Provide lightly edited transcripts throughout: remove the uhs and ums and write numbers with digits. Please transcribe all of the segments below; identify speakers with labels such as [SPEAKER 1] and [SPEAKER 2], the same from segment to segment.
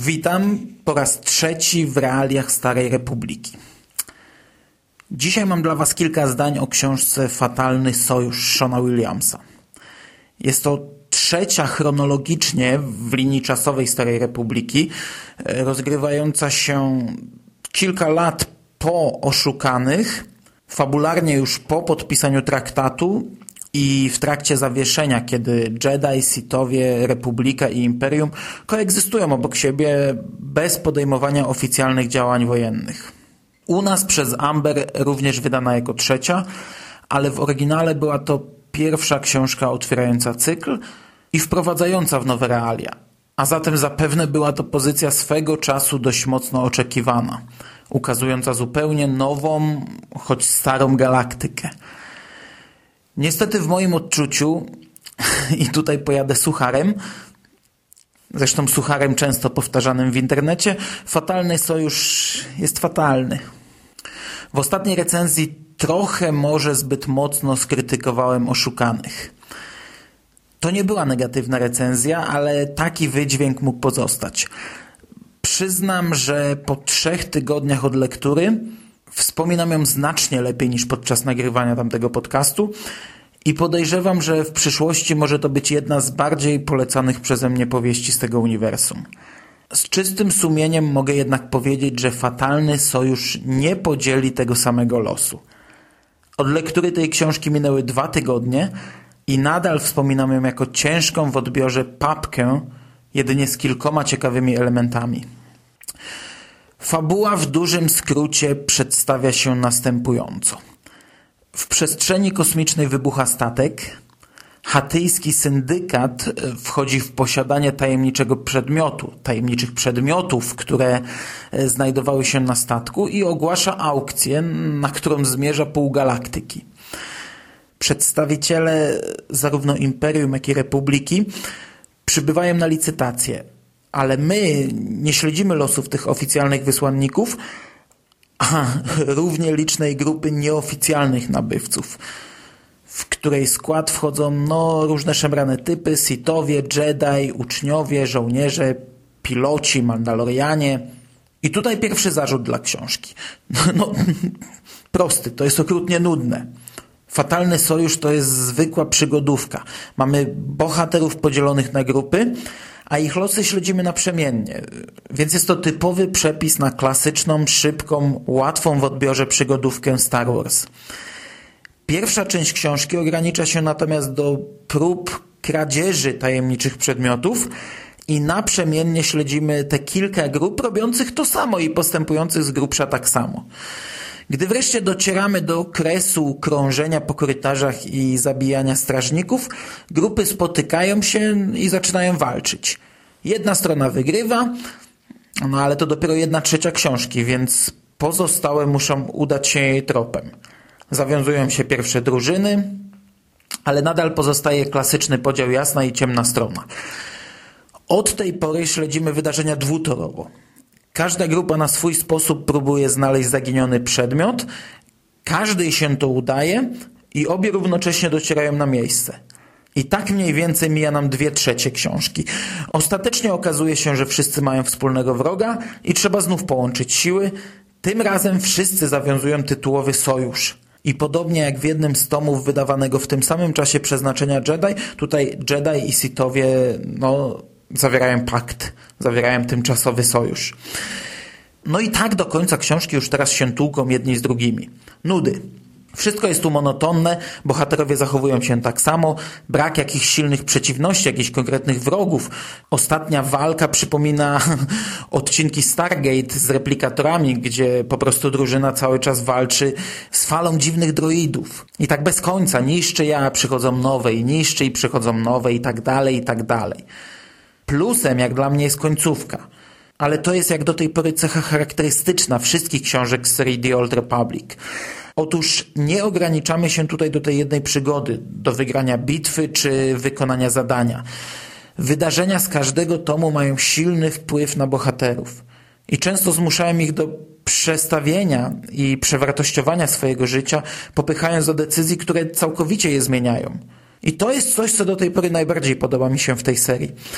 [SPEAKER 1] Witam po raz trzeci w realiach Starej Republiki. Dzisiaj mam dla Was kilka zdań o książce Fatalny Sojusz Seana Williamsa. Jest to trzecia chronologicznie w linii czasowej Starej Republiki, rozgrywająca się kilka lat po Oszukanych, fabularnie już po podpisaniu traktatu i w trakcie zawieszenia, kiedy Jedi, Sithowie, Republika i Imperium koegzystują obok siebie bez podejmowania oficjalnych działań wojennych. U nas przez Amber również wydana jako trzecia, ale w oryginale była to pierwsza książka otwierająca cykl i wprowadzająca w nowe realia. A zatem zapewne była to pozycja swego czasu dość mocno oczekiwana, ukazująca zupełnie nową, choć starą galaktykę. Niestety w moim odczuciu, i tutaj pojadę sucharem, zresztą sucharem często powtarzanym w internecie, Fatalny Sojusz jest fatalny. W ostatniej recenzji trochę może zbyt mocno skrytykowałem Oszukanych. To nie była negatywna recenzja, ale taki wydźwięk mógł pozostać. Przyznam, że po 3 tygodniach od lektury wspominam ją znacznie lepiej niż podczas nagrywania tamtego podcastu i podejrzewam, że w przyszłości może to być jedna z bardziej polecanych przeze mnie powieści z tego uniwersum. Z czystym sumieniem mogę jednak powiedzieć, że Fatalny Sojusz nie podzieli tego samego losu. Od lektury tej książki minęły 2 tygodnie i nadal wspominam ją jako ciężką w odbiorze papkę, jedynie z kilkoma ciekawymi elementami. Fabuła w dużym skrócie przedstawia się następująco. W przestrzeni kosmicznej wybucha statek, hatyjski syndykat wchodzi w posiadanie tajemniczych przedmiotów, które znajdowały się na statku i ogłasza aukcję, na którą zmierza pół galaktyki. Przedstawiciele zarówno Imperium, jak i Republiki przybywają na licytację, ale my nie śledzimy losów tych oficjalnych wysłanników, a równie licznej grupy nieoficjalnych nabywców, w której skład wchodzą różne szemrane typy, Sithowie, Jedi, uczniowie, żołnierze, piloci, Mandalorianie. I tutaj pierwszy zarzut dla książki. Prosty, to jest okrutnie nudne. Fatalny Sojusz to jest zwykła przygodówka. Mamy bohaterów podzielonych na grupy, a ich losy śledzimy naprzemiennie. Więc jest to typowy przepis na klasyczną, szybką, łatwą w odbiorze przygodówkę Star Wars. Pierwsza część książki ogranicza się natomiast do prób kradzieży tajemniczych przedmiotów i naprzemiennie śledzimy te kilka grup robiących to samo i postępujących z grubsza tak samo. Gdy wreszcie docieramy do kresu krążenia po korytarzach i zabijania strażników, grupy spotykają się i zaczynają walczyć. Jedna strona wygrywa, ale to dopiero 1/3 książki, więc pozostałe muszą udać się jej tropem. Zawiązują się pierwsze drużyny, ale nadal pozostaje klasyczny podział jasna i ciemna strona. Od tej pory śledzimy wydarzenia dwutorowo. Każda grupa na swój sposób próbuje znaleźć zaginiony przedmiot, każdej się to udaje i obie równocześnie docierają na miejsce. I tak mniej więcej mija nam 2/3 książki. Ostatecznie okazuje się, że wszyscy mają wspólnego wroga i trzeba znów połączyć siły. Tym razem wszyscy zawiązują tytułowy sojusz. I podobnie jak w jednym z tomów wydawanego w tym samym czasie Przeznaczenia Jedi, tutaj Jedi i Sithowie zawierają pakt, zawierają tymczasowy sojusz. I tak do końca książki już teraz się tłuką jedni z drugimi. Nudy. Wszystko jest tu monotonne, bohaterowie zachowują się tak samo, brak jakichś silnych przeciwności, jakichś konkretnych wrogów. Ostatnia walka przypomina odcinki Stargate z replikatorami, gdzie po prostu drużyna cały czas walczy z falą dziwnych droidów. I tak bez końca, niszczy, przychodzą nowe i niszczy i przychodzą nowe i tak dalej, i tak dalej. Plusem jak dla mnie jest końcówka. Ale to jest jak do tej pory cecha charakterystyczna wszystkich książek z serii The Old Republic. Otóż nie ograniczamy się tutaj do tej jednej przygody, do wygrania bitwy czy wykonania zadania. Wydarzenia z każdego tomu mają silny wpływ na bohaterów i często zmuszają ich do przestawienia i przewartościowania swojego życia, popychając do decyzji, które całkowicie je zmieniają. I to jest coś, co do tej pory najbardziej podoba mi się w tej serii.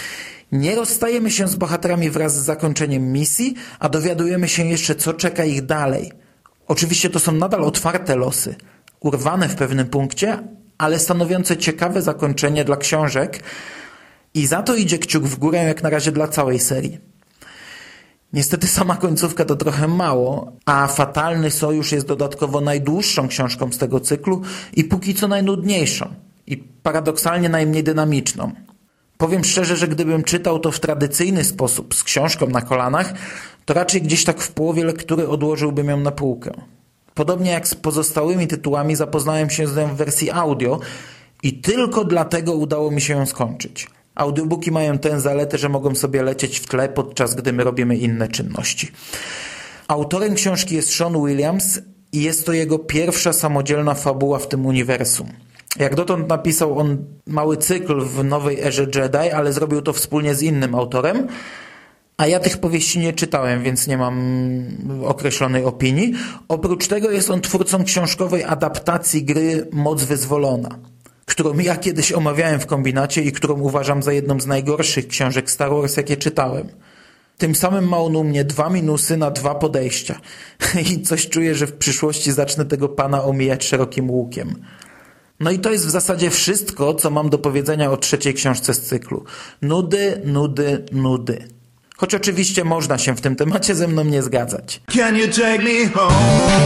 [SPEAKER 1] Nie rozstajemy się z bohaterami wraz z zakończeniem misji, a dowiadujemy się jeszcze, co czeka ich dalej. Oczywiście to są nadal otwarte losy, urwane w pewnym punkcie, ale stanowiące ciekawe zakończenie dla książek i za to idzie kciuk w górę jak na razie dla całej serii. Niestety sama końcówka to trochę mało, a Fatalny Sojusz jest dodatkowo najdłuższą książką z tego cyklu i póki co najnudniejszą i paradoksalnie najmniej dynamiczną. Powiem szczerze, że gdybym czytał to w tradycyjny sposób, z książką na kolanach, to raczej gdzieś tak w połowie lektury odłożyłbym ją na półkę. Podobnie jak z pozostałymi tytułami zapoznałem się z nią w wersji audio i tylko dlatego udało mi się ją skończyć. Audiobooki mają tę zaletę, że mogą sobie lecieć w tle, podczas gdy my robimy inne czynności. Autorem książki jest Sean Williams i jest to jego pierwsza samodzielna fabuła w tym uniwersum. Jak dotąd napisał on mały cykl w Nowej Erze Jedi, ale zrobił to wspólnie z innym autorem, a ja tych powieści nie czytałem, więc nie mam określonej opinii. Oprócz tego jest on twórcą książkowej adaptacji gry Moc Wyzwolona, którą ja kiedyś omawiałem w Kombinacie i którą uważam za jedną z najgorszych książek Star Wars, jakie czytałem. Tym samym ma on u mnie 2 minusy na 2 podejścia. I coś czuję, że w przyszłości zacznę tego pana omijać szerokim łukiem. No i to jest w zasadzie wszystko, co mam do powiedzenia o 3. książce z cyklu. Nudy, nudy, nudy. Choć oczywiście można się w tym temacie ze mną nie zgadzać. Can you take me home?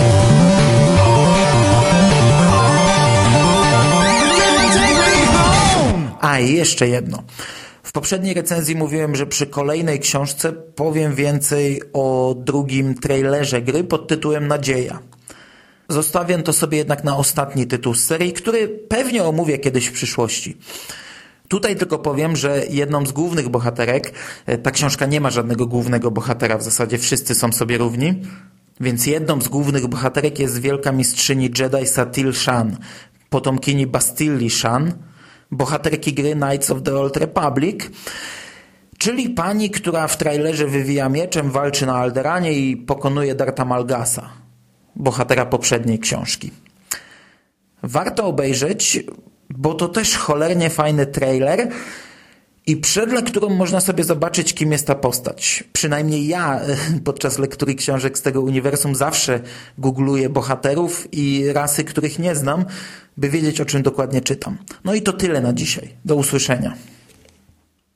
[SPEAKER 1] A i jeszcze jedno. W poprzedniej recenzji mówiłem, że przy kolejnej książce powiem więcej o drugim trailerze gry pod tytułem Nadzieja. Zostawię to sobie jednak na ostatni tytuł z serii, który pewnie omówię kiedyś w przyszłości. Tutaj tylko powiem, że jedną z głównych bohaterek, ta książka nie ma żadnego głównego bohatera, w zasadzie wszyscy są sobie równi, więc jedną z głównych bohaterek jest wielka mistrzyni Jedi Satele Shan, potomkini Bastilli Shan, bohaterki gry Knights of the Old Republic, czyli pani, która w trailerze wywija mieczem, walczy na Alderanie i pokonuje Dartha Malgasa, bohatera poprzedniej książki. Warto obejrzeć, bo to też cholernie fajny trailer i przed lekturą można sobie zobaczyć, kim jest ta postać. Przynajmniej ja podczas lektury książek z tego uniwersum zawsze googluję bohaterów i rasy, których nie znam, by wiedzieć, o czym dokładnie czytam. No i to tyle na dzisiaj. Do usłyszenia.